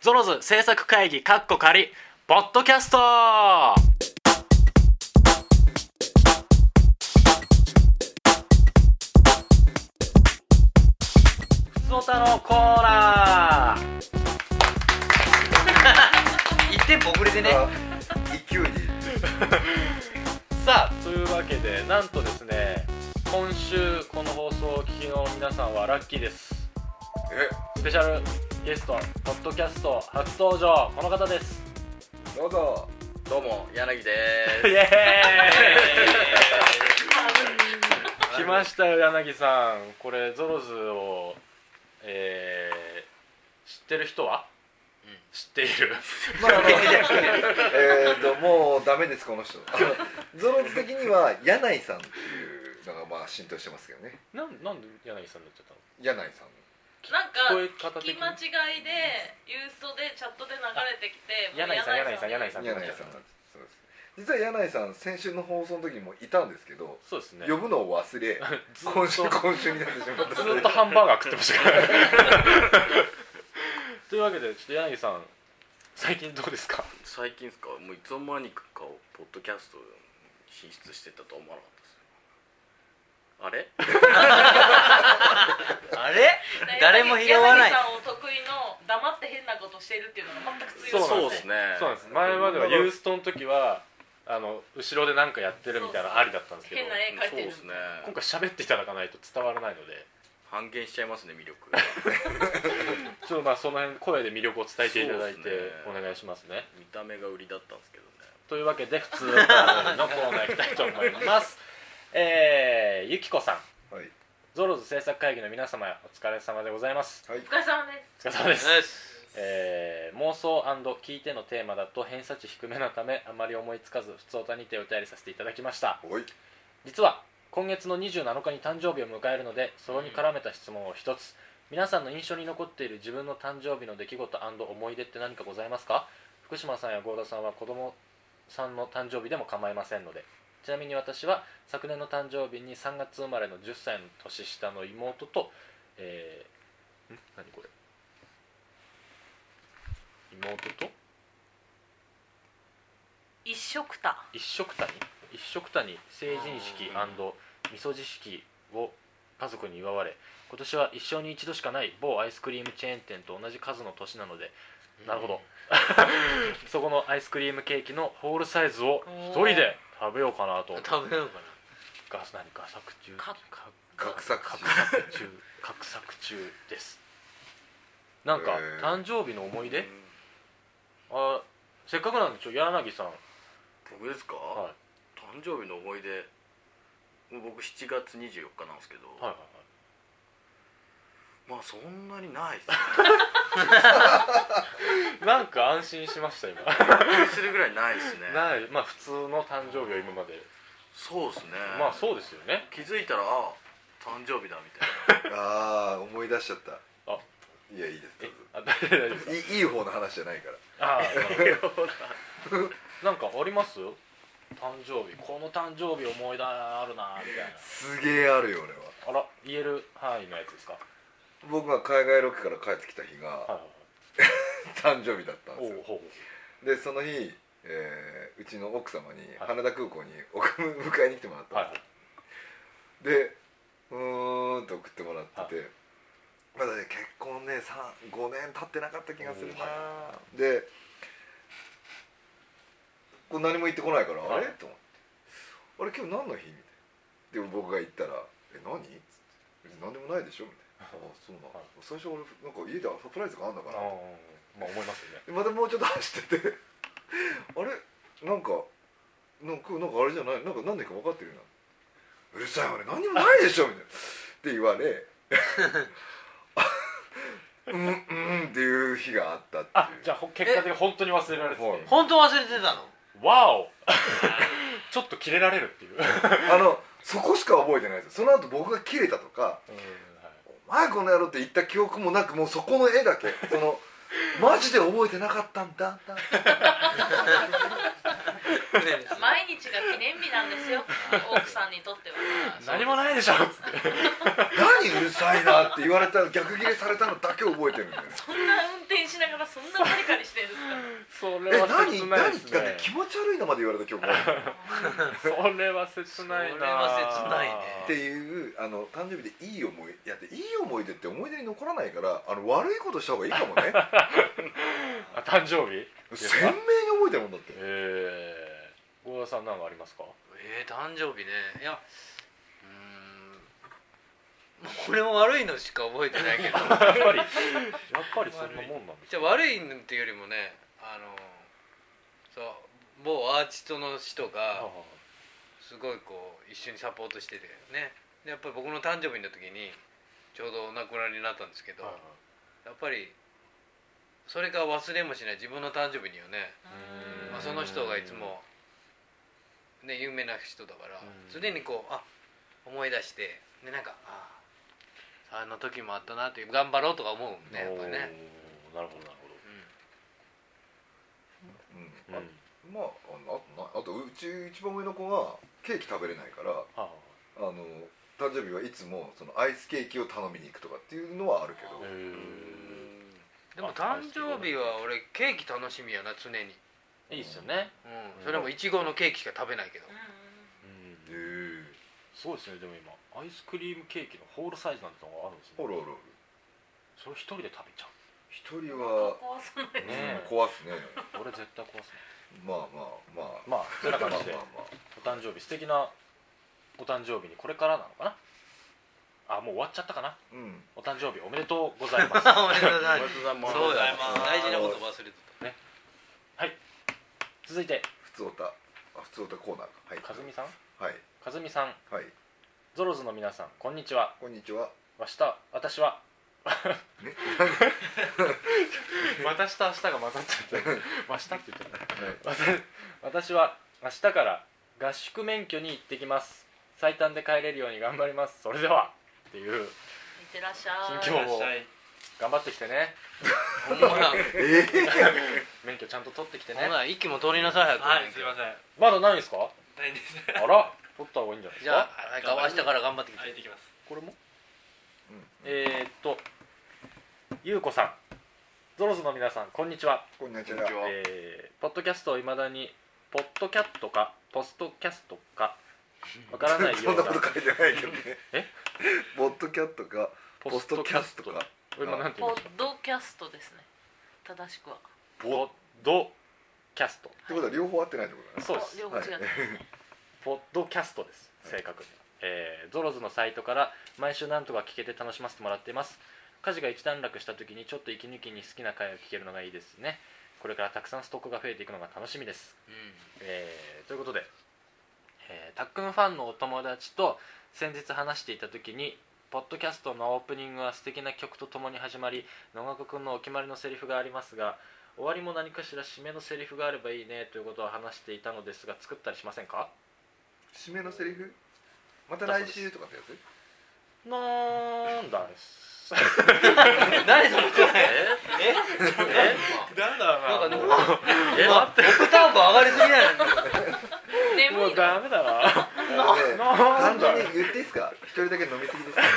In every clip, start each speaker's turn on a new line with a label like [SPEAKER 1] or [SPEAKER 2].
[SPEAKER 1] ゾロズ制作会議カッコ仮ポッドキャスト。ふつおたのコーナー
[SPEAKER 2] 一点遅れてね
[SPEAKER 3] 勢いで
[SPEAKER 1] さあ、というわけでなんとですね、今週この放送をお聞きの皆さんはラッキーです。スペシャルゲストポッドキャスト初登場、この方です。
[SPEAKER 3] どうぞ。
[SPEAKER 2] どうも柳です
[SPEAKER 1] イエーイ来ましたよ柳さん。これゾロズを、知ってる人は、知っている
[SPEAKER 3] もうダメですこの人。ゾロズ的には柳井さんっていうのがまあ浸透してますけどね。
[SPEAKER 1] なんで柳さんになっちゃったの。
[SPEAKER 3] 柳井さん
[SPEAKER 4] なんか
[SPEAKER 1] 聞こえ方的に
[SPEAKER 4] 聞き間違いでユーストでチャットで流れてきて、
[SPEAKER 1] 柳井さんってなっちゃった。
[SPEAKER 3] そうです。実は柳井さん先週の放送の時にもいたんですけど、
[SPEAKER 1] そうですね、
[SPEAKER 3] 呼ぶのを忘れ今週になってしまった。
[SPEAKER 1] ずっとハンバーガー食ってましたからというわけでちょっと柳さん最近どうですか。
[SPEAKER 2] 最近ですか。もういつの間にかポッドキャストに進出してたとは思わなかったです。あれ
[SPEAKER 5] あれ誰も拾わない。
[SPEAKER 4] 柳さんお得意の黙って変なことしてるっていうのが全く通用し
[SPEAKER 2] そうですね。
[SPEAKER 1] そうなんです。前まではユーストの時は後ろで何かやってるみたいなありだったんですけど、
[SPEAKER 4] 変な絵描いてる。
[SPEAKER 2] そうですね。
[SPEAKER 1] 今回喋っていただかないと伝わらないので、
[SPEAKER 2] 半減しちゃいますね、魅力
[SPEAKER 1] ちょっとまあその辺声で魅力を伝えていただいて
[SPEAKER 2] そうですね
[SPEAKER 1] お願いしますね。
[SPEAKER 2] 見た目が売りだったんですけどね。
[SPEAKER 1] というわけで普通のコーナーいきたいと思いますゆきこさん、
[SPEAKER 3] はい。
[SPEAKER 1] ゾロズ制作会議の皆様お疲れ様でございます。
[SPEAKER 3] はい。
[SPEAKER 4] お疲れ様です。
[SPEAKER 1] お疲れ様です。妄想&聞いてのテーマだと偏差値低めなためあまり思いつかず普通歌にてお便りさせていただきました。
[SPEAKER 3] おい。
[SPEAKER 1] 実は今月の27日に誕生日を迎えるので、それに絡めた質問を一つ。皆さんの印象に残っている自分の誕生日の出来事&思い出って何かございますか。福島さんや郷田さんは子供さんの誕生日でも構いませんので。ちなみに私は昨年の誕生日に3月生まれの10歳の年下の妹と、何これ、妹と
[SPEAKER 4] 一色た
[SPEAKER 1] 一緒くたに成人式&みそじ式を家族に祝われ、今年は一生に一度しかない某アイスクリームチェーン店と同じ数の年なので、なるほどそこのアイスクリームケーキのホールサイズを一人で食べようかなと。
[SPEAKER 5] 食べようか
[SPEAKER 1] 画策中画策中です。なんか誕生日の思い出、せっかくなんで柳さん。
[SPEAKER 2] 僕ですか、
[SPEAKER 1] はい、
[SPEAKER 2] 誕生日の思い出、僕7月24日なんですけど、
[SPEAKER 1] はいはいはい、
[SPEAKER 2] まあそんなにないですね
[SPEAKER 1] なんか安心しました今
[SPEAKER 2] びっくりするぐらいないですね。
[SPEAKER 1] ない、まあ普通の誕生日は今まで。
[SPEAKER 2] そうですね。
[SPEAKER 1] まあそうですよね。
[SPEAKER 2] 気づいたら誕生日だみたいな
[SPEAKER 3] ああ、思い出しちゃった。
[SPEAKER 1] あ、
[SPEAKER 3] いや、いいです。
[SPEAKER 1] 大丈夫ですか。
[SPEAKER 3] いい方の話じゃないから。
[SPEAKER 1] ああ、なんかあります？誕生日、この誕生日思い出あるなみたいな。
[SPEAKER 3] すげえあるよ俺は。
[SPEAKER 1] あら、言える範囲のやつですか。
[SPEAKER 3] 僕が海外ロケから帰ってきた日が、
[SPEAKER 1] はいはい
[SPEAKER 3] 誕生日だったんですよ。
[SPEAKER 1] ほう
[SPEAKER 3] でその日、うちの奥様に
[SPEAKER 1] はい
[SPEAKER 3] 羽田空港に迎えに来てもらったんですよ、でと送ってもらってて、まだね結婚ね5年経ってなかった気がするな、でこう何も言ってこないから、あれと思って、あれ今日何の日みたいな。で僕が言ったら何って何でもないでしょみたいな。ああそうな、最初俺なんか家でサプライズがあんだから
[SPEAKER 1] まあ思いますよね。
[SPEAKER 3] またもうちょっと走っててあれなんかあれじゃない、なんか何でか分かってるな、うるさいわね何にもないでしょみたいなって言われっていう日があったっていう。
[SPEAKER 1] あ、じゃあ結果的に本当に忘れられてて、
[SPEAKER 5] 本当忘れてたの。
[SPEAKER 1] わおちょっとキレられるっていう
[SPEAKER 3] そこしか覚えてないですよ。その後僕がキレたとか、お前この野郎って言った記憶もなく、もうそこの絵だけマジで覚えてなかったんだ
[SPEAKER 4] 毎日が記念日なんですよ奥さんにとっては。
[SPEAKER 1] 何もないでしょっつって
[SPEAKER 3] 何うるさいなって言われた、逆ギレされたのだけ覚えてるんだよね。
[SPEAKER 4] そんな運転ししながらそんなカリカリしてるんですか？
[SPEAKER 1] それは
[SPEAKER 3] 何
[SPEAKER 1] 切ないです
[SPEAKER 3] だって
[SPEAKER 1] ね。
[SPEAKER 3] 気持ち悪いのまで言われた曲が
[SPEAKER 1] それは切ないな。
[SPEAKER 5] それは切ないね
[SPEAKER 3] っていう誕生日でいい思いやっていい思い出って思い出に残らないから悪いことした方がいいかもね
[SPEAKER 1] あ、誕生日ですか？
[SPEAKER 3] 鮮明に覚えてるもんだって
[SPEAKER 1] 郷田さん何かありますか？
[SPEAKER 5] 誕生日ね。いやこれも悪いのしか覚えてないけど
[SPEAKER 1] やっぱりそんなもんなんですか？
[SPEAKER 5] じゃあ悪いのっていうよりもねそう某アーティストの人がすごいこう一緒にサポートしててね。でやっぱり僕の誕生日の時にちょうどお亡くなりになったんですけど、やっぱりそれが忘れもしない自分の誕生日にはね、まあ、その人がいつもね有名な人だから常にこう思い出してでなんかあの時もあったなっていう頑張ろうとか思うもんねやっぱりね。
[SPEAKER 1] なるほどなるほど。
[SPEAKER 3] まああとうち一番上の子がケーキ食べれないから誕生日はいつもそのアイスケーキを頼みに行くとかっていうのはあるけど
[SPEAKER 5] でも誕生日は俺ケーキ楽しみやな常に。
[SPEAKER 1] いいっすよね。
[SPEAKER 5] それもいちごのケーキしか食べないけど。
[SPEAKER 1] すごいですね。でも今アイスクリームケーキのホールサイズなんてのがあるんですね。
[SPEAKER 3] ほらほら
[SPEAKER 1] それ一人で食べちゃう。
[SPEAKER 3] 一人は
[SPEAKER 4] 壊さないです
[SPEAKER 1] ね
[SPEAKER 3] 壊すね
[SPEAKER 1] 俺絶対壊すね。
[SPEAKER 3] まあ
[SPEAKER 1] そんな感じでお誕生日素敵なお誕生日にこれからなのかな。もう終わっちゃったかな。お誕生日おめでとうございます。
[SPEAKER 5] おめでとうございます。
[SPEAKER 2] おめでとうございます。
[SPEAKER 5] そうだよ大事なこと忘れてた
[SPEAKER 1] ね。はい。続いて
[SPEAKER 3] 普通歌コーナーはい
[SPEAKER 1] かずみさん。
[SPEAKER 3] はい
[SPEAKER 1] かずみさん。
[SPEAKER 3] はい
[SPEAKER 1] ゾロズの皆さんこんにちは。
[SPEAKER 3] こんにちは
[SPEAKER 1] 私は
[SPEAKER 3] ね
[SPEAKER 1] 私と明日が混ざっちゃって明日って言ってる。私は明日から合宿免許に行ってきます。最短で帰れるように頑張ります。それではっていう
[SPEAKER 4] いってらっしゃい。
[SPEAKER 1] 近況を頑張ってきてね。
[SPEAKER 5] ほんまや
[SPEAKER 1] 免許ちゃんと取ってきてね。
[SPEAKER 5] ほんなら息も取りなさい早く。
[SPEAKER 6] はい、すいません。
[SPEAKER 1] まだないんですか？
[SPEAKER 6] ないです。
[SPEAKER 1] あら取った方がいいんじゃないです
[SPEAKER 5] じゃあ
[SPEAKER 1] か。
[SPEAKER 5] 明日から頑張ってき
[SPEAKER 6] はい、
[SPEAKER 5] て。
[SPEAKER 6] できます。
[SPEAKER 1] これもゆうこさん、ゾロズの皆さんこんにちは。
[SPEAKER 3] こんにちは
[SPEAKER 1] ポッドキャストをいまだにポッドキャットかポストキャストかわからない
[SPEAKER 3] そ
[SPEAKER 1] ような
[SPEAKER 3] んなこと書いてないけどね
[SPEAKER 1] え
[SPEAKER 3] ポッドキャットかポストキャストか
[SPEAKER 1] 今なんて言
[SPEAKER 4] ポッ
[SPEAKER 1] いました？
[SPEAKER 4] ドキャストですね。正しくは。
[SPEAKER 1] ポッドキャスト。
[SPEAKER 3] ってことは両方合ってないってことだね
[SPEAKER 1] そうです。
[SPEAKER 4] 両方違ってますね。
[SPEAKER 1] ポッドキャストです正確に。ゾロズのサイトから毎週なんとか聞けて楽しませてもらっています。家事が一段落した時にちょっと息抜きに好きな回を聞けるのがいいですね。これからたくさんストックが増えていくのが楽しみです。ということで、たっくんファンのお友達と先日話していた時にポッドキャストのオープニングは素敵な曲とともに始まり野川くんのお決まりのセリフがありますが終わりも何かしら締めのセリフがあればいいねということを話していたのですが作ったりしませんか？
[SPEAKER 3] 締めのセリフまた来週とかってやつ
[SPEAKER 1] なんだです
[SPEAKER 5] 何それ
[SPEAKER 1] なんだ
[SPEAKER 5] なんかでもオクターブ上がりすぎないの？
[SPEAKER 1] も
[SPEAKER 4] 眠いうな。
[SPEAKER 1] ダメだな
[SPEAKER 3] 単純に言っていいですか一人だけ飲みすぎです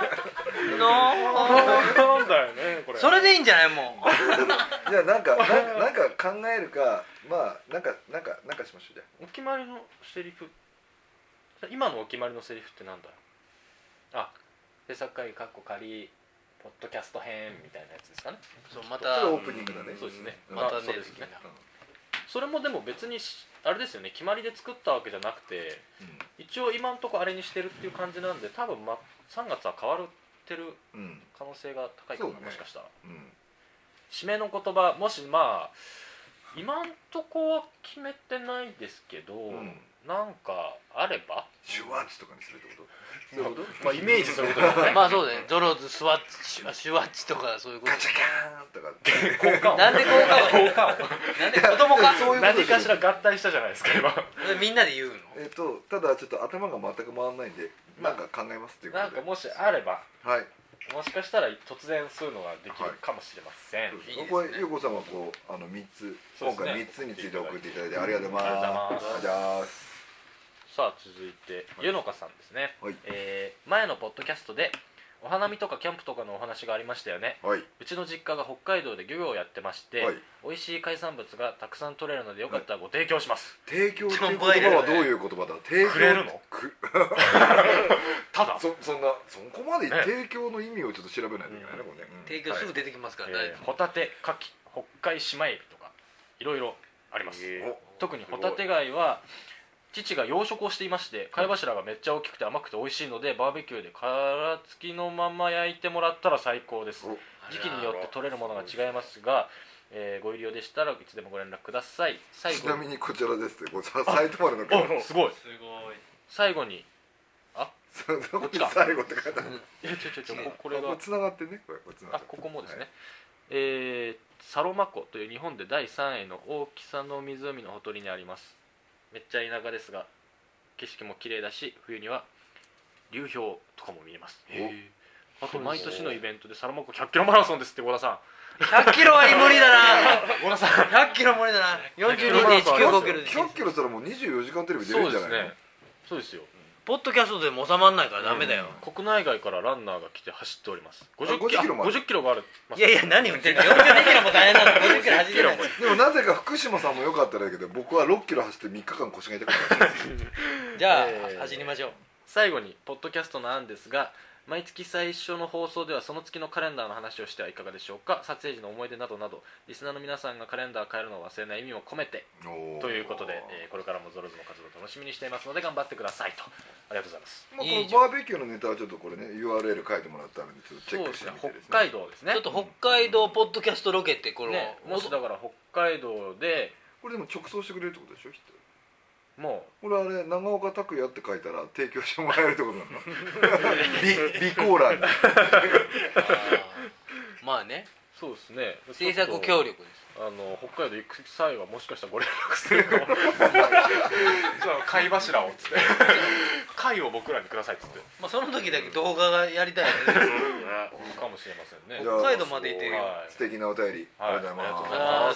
[SPEAKER 1] なんだよねこれ。
[SPEAKER 5] それでいいんじゃないもう。
[SPEAKER 3] じゃあなんか考えるかまあなんかしましょうじゃ
[SPEAKER 1] お決まりのセリフ今のお決まりのセリフってなんだよ。制作会議かっこ仮ポッドキャスト編みたいなやつですかね。
[SPEAKER 5] そうま
[SPEAKER 3] あそれ
[SPEAKER 5] た
[SPEAKER 3] オープニングだね
[SPEAKER 1] そうですね。
[SPEAKER 5] またね
[SPEAKER 1] そうですね。それもでも別にあれですよね決まりで作ったわけじゃなくて一応今んとこあれにしてるっていう感じなんで多分3月は変わってる可能性が高いかな、
[SPEAKER 3] そうね
[SPEAKER 1] もしかしたら。締めの言葉もし今んとこは決めてないですけど、なんかあれば
[SPEAKER 3] シュワッチとかにするってことそういうこと
[SPEAKER 1] イメージそういうことですね。
[SPEAKER 5] まあそうだね。ゾロズスワッチシュワッチとかそういうこと。
[SPEAKER 3] ガチャカーンとか
[SPEAKER 1] なんで効果音
[SPEAKER 5] なんで子供か。
[SPEAKER 3] そういうこと
[SPEAKER 1] 何かしら合体したじゃないですか今。
[SPEAKER 5] みんなで言うの。
[SPEAKER 3] ただちょっと頭が全く回らないんでなんか考えますっていうことで
[SPEAKER 1] なんかもしあれば
[SPEAKER 3] はい
[SPEAKER 1] もしかしたら突然そういうのができるかもしれません。
[SPEAKER 5] いいですね
[SPEAKER 3] これゆうこさんはこう3つ
[SPEAKER 1] そうですね
[SPEAKER 3] 今回3つについて送っていただいてありがとうございます
[SPEAKER 1] ありがとうございます
[SPEAKER 3] ありがとうございます
[SPEAKER 1] さあ続いてゆのかさんですね、
[SPEAKER 3] はい
[SPEAKER 1] 前のポッドキャストでお花見とかキャンプとかのお話がありましたよね。
[SPEAKER 3] はい。
[SPEAKER 1] うちの実家が北海道で漁業をやってまして、
[SPEAKER 3] はい。
[SPEAKER 1] 美味しい海産物がたくさん取れるのでよかったらご提供します。
[SPEAKER 3] 提供っていう言葉はどういう言葉だ。提供
[SPEAKER 1] くれるのただ
[SPEAKER 3] そこまで提供の意味をちょっと調べないといけないね、これね。
[SPEAKER 5] 提供すぐ出てきますから大丈
[SPEAKER 1] ホタテ、カキ、北海シマエビとかいろいろあります。特にホタテ貝は父が養殖をしていまして、貝柱がめっちゃ大きくて甘くて美味しいので、バーベキューで殻付きのまま焼いてもらったら最高です。時期によって取れるものが違いますが、ご入り用でしたらいつでもご連絡ください。
[SPEAKER 3] ちなみにこちらですって、こちらサイトまでの
[SPEAKER 1] お、すごい。最後に
[SPEAKER 3] こっちか最後って書いてある。
[SPEAKER 1] これが
[SPEAKER 3] つながってね、
[SPEAKER 1] ここもですね、サロマ湖という日本で第3位の大きさの湖のほとりにあります。めっちゃ田舎ですが景色も綺麗だし、冬には流氷とかも見えます。あと毎年のイベントでサロマ湖100キロマラソンですって。小田さん
[SPEAKER 5] 100キロは無理だな。
[SPEAKER 1] 小田さん
[SPEAKER 5] 100キロ無理だな。42.195キロで
[SPEAKER 3] 100キロしたらもう24時間テレビ出るんじゃないの。
[SPEAKER 1] そうですよ。
[SPEAKER 5] ポッドキャストでも収まんないからダメだよ。
[SPEAKER 1] 国内外からランナーが来て走っております。50キロがある。
[SPEAKER 5] いやいや、何言ってんの。42キロも大変なの。50キロ走ってる。
[SPEAKER 3] でもなぜか福島さんもよかったらいいけど、僕は6キロ走って3日間腰が痛くなる。
[SPEAKER 5] じゃあ走りましょう。
[SPEAKER 1] 最後にポッドキャストの案ですが、毎月最初の放送ではその月のカレンダーの話をしてはいかがでしょうか。撮影時の思い出などなど、リスナーの皆さんがカレンダーを変えるのを忘れない意味を込めてということで、これからもゾロズの活動を楽しみにしていますので頑張ってくださいと。ありがとうございます。
[SPEAKER 3] このバーベキューのネタはちょっとこれね URL 書いてもらったのでちょっとチェックしてみてですね。
[SPEAKER 1] 北海道ですね。
[SPEAKER 5] ちょっと北海道ポッドキャストロケってこの、
[SPEAKER 1] もしだから北海道で
[SPEAKER 3] これでも直送してくれるってことでしょ。
[SPEAKER 1] も
[SPEAKER 3] うこれはね、長岡拓也って書いたら提供してもらえるってことなの。備考欄に
[SPEAKER 5] まあね、
[SPEAKER 1] そうですね、
[SPEAKER 5] 制作協力です。
[SPEAKER 1] 北海道行く際はもしかしたらご連絡するかも。貝柱をつって貝を僕らにくださいっつって、
[SPEAKER 5] まあその時だけ動画がやりたいね。
[SPEAKER 1] かもしれませんね。
[SPEAKER 5] 北海道まで行ってるよ。
[SPEAKER 3] 素敵なお便りありがとうございます。
[SPEAKER 5] ます。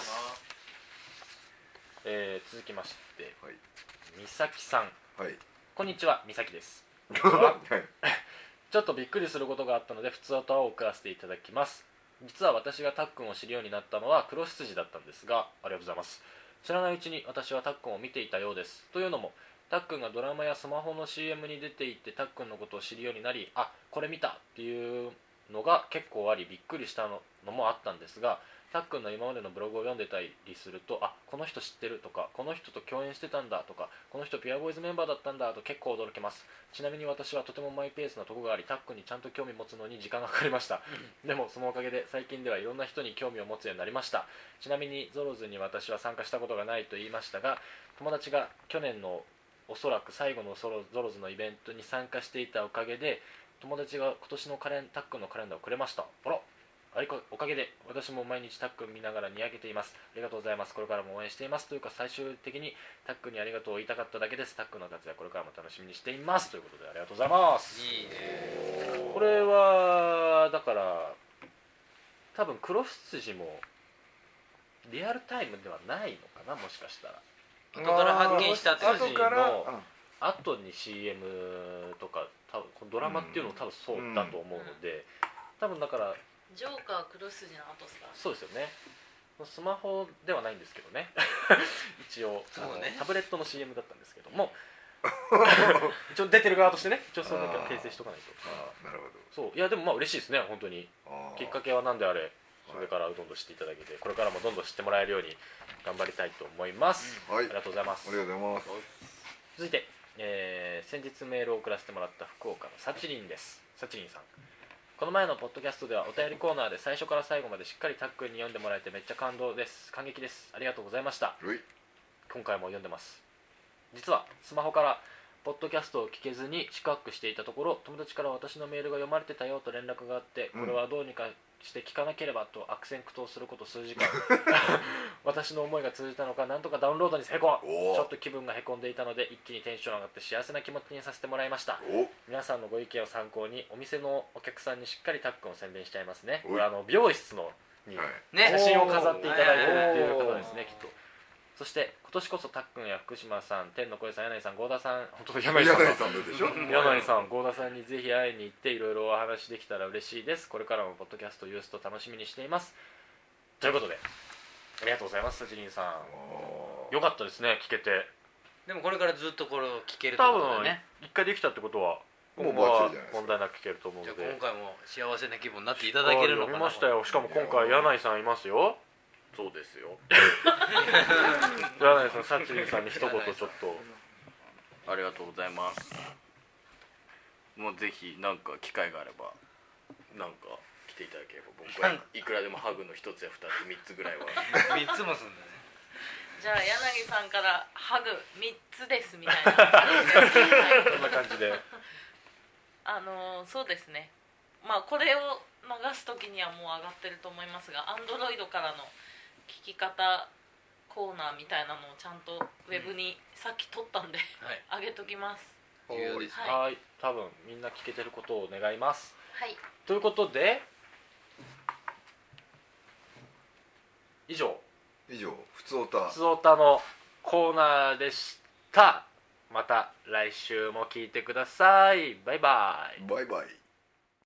[SPEAKER 1] 続きまして、みさきさん、
[SPEAKER 3] はい、
[SPEAKER 1] こんにちは、みさきです。ちょっとびっくりすることがあったので普通歌を送らせていただきます。実は私がたっくんを知るようになったのは黒羊だったんですが、ありがとうございます。知らないうちに私はたっくんを見ていたようです。というのもたっくんがドラマやスマホの CM に出ていてたっくんのことを知るようになり、あ、これ見たっていうのが結構ありびっくりしたのもあったんですが、たっくんの今までのブログを読んでたりすると、あ、この人知ってるとか、この人と共演してたんだとか、この人ピュアボーイズメンバーだったんだと結構驚けます。ちなみに私はとてもマイペースなところがあり、たっくんにちゃんと興味持つのに時間がかかりました。でもそのおかげで最近ではいろんな人に興味を持つようになりました。ちなみにゾロズに私は参加したことがないと言いましたが、友達が去年のおそらく最後のゾロズのイベントに参加していたおかげで、友達が今年のたっくんのカレンダーをくれました。あら、おかげで私も毎日たっくん見ながらにやけています。ありがとうございます。これからも応援しています。というか最終的にたっくんにありがとうを言いたかっただけです。たっくんの活躍これからも楽しみにしていますということで、ありがとうございます。
[SPEAKER 5] いいね。
[SPEAKER 1] これはだから多分黒羊もリアルタイムではないのかな、もしかしたら
[SPEAKER 5] 後から発見したって
[SPEAKER 1] 黒羊の後に CM とか多分ドラマっていうのも多分そうだと思うので、多分だから
[SPEAKER 4] ジョーカー黒筋の後ですか。
[SPEAKER 1] そうですよね。スマホではないんですけどね。一応、
[SPEAKER 5] ね、
[SPEAKER 1] タブレットの CM だったんですけども一応出てる側としてね、一応それだけは訂正しとかないと。
[SPEAKER 3] なるほど。
[SPEAKER 1] そう、いやでもまあ嬉しいですね、本当に。きっかけは何であれそれからどんどん知っていただけて、これからもどんどん知ってもらえるように頑張りたいと思います、ありがとうございます。
[SPEAKER 3] ありがとうございます。
[SPEAKER 1] 続いて、先日メールを送らせてもらった福岡のサチリンです。サチリンさん、この前のポッドキャストではお便りコーナーで最初から最後までしっかりたっくんに読んでもらえてめっちゃ感動です。感激です。ありがとうございました。今回も読んでます。実はスマホからポッドキャストを聞けずに四角くしていたところ、友達から私のメールが読まれてたよと連絡があって、これはどうにかして聞かなければと悪戦苦闘すること数時間私の思いが通じたのか、なんとかダウンロードに成功。ちょっと気分がへこんでいたので一気にテンション上がって幸せな気持ちにさせてもらいました。皆さんのご意見を参考にお店のお客さんにしっかりたっくんを宣伝しちゃいますね。これ美容室のに写真を飾っていただいてるっていう方ですね、きっと。 そして今年こそたっくんや福島さん、天の声さん、柳井さん、合田さん、本当柳井さんだ
[SPEAKER 3] 柳井さんでしょ
[SPEAKER 1] 柳井さん、合田さんにぜひ会いに行っていろいろお話できたら嬉しいです。これからもポッドキャストユースト楽しみにしています。ということでありがとうございます。ジリンさん、よかったですね、聞けて。
[SPEAKER 5] でもこれからずっとこれを聞けるって
[SPEAKER 1] 多
[SPEAKER 5] ことだ
[SPEAKER 1] 分
[SPEAKER 5] ね。
[SPEAKER 1] 一回できたってことは
[SPEAKER 3] もう
[SPEAKER 1] 今後は
[SPEAKER 3] バッチリじゃないですか
[SPEAKER 1] 問題なく聞けると思う
[SPEAKER 5] じゃ
[SPEAKER 1] ので。
[SPEAKER 5] あ今回も幸せな気分になっていただけるのかな。
[SPEAKER 1] 読みましたよ。しかも今回柳井さんいますよ。
[SPEAKER 2] そうですよ。
[SPEAKER 1] 柳井さん、サチリンさんに一言ちょっと。
[SPEAKER 2] ありがとうございます。もうぜひなんか機会があればなんか来ていただければ、僕はいくらでもハグの一つや二つ三つぐらいは
[SPEAKER 5] 3つもすんだね。
[SPEAKER 4] じゃあ柳さんからハグ3つですみたいな
[SPEAKER 1] こんな感じで。
[SPEAKER 4] そうですね、まあこれを流す時にはもう上がってると思いますが、Android からの聞き方コーナーみたいなのをちゃんとウェブにさっき撮ったんで、
[SPEAKER 5] はい
[SPEAKER 4] 上げときます。
[SPEAKER 5] 重要です。
[SPEAKER 1] はい、多分みんな聞けてることを願います。
[SPEAKER 4] はい
[SPEAKER 1] ということで以上
[SPEAKER 3] ふつおた
[SPEAKER 1] ふつおたのコーナーでした。また来週も聞いてください。バイバイ。
[SPEAKER 3] バイバイ。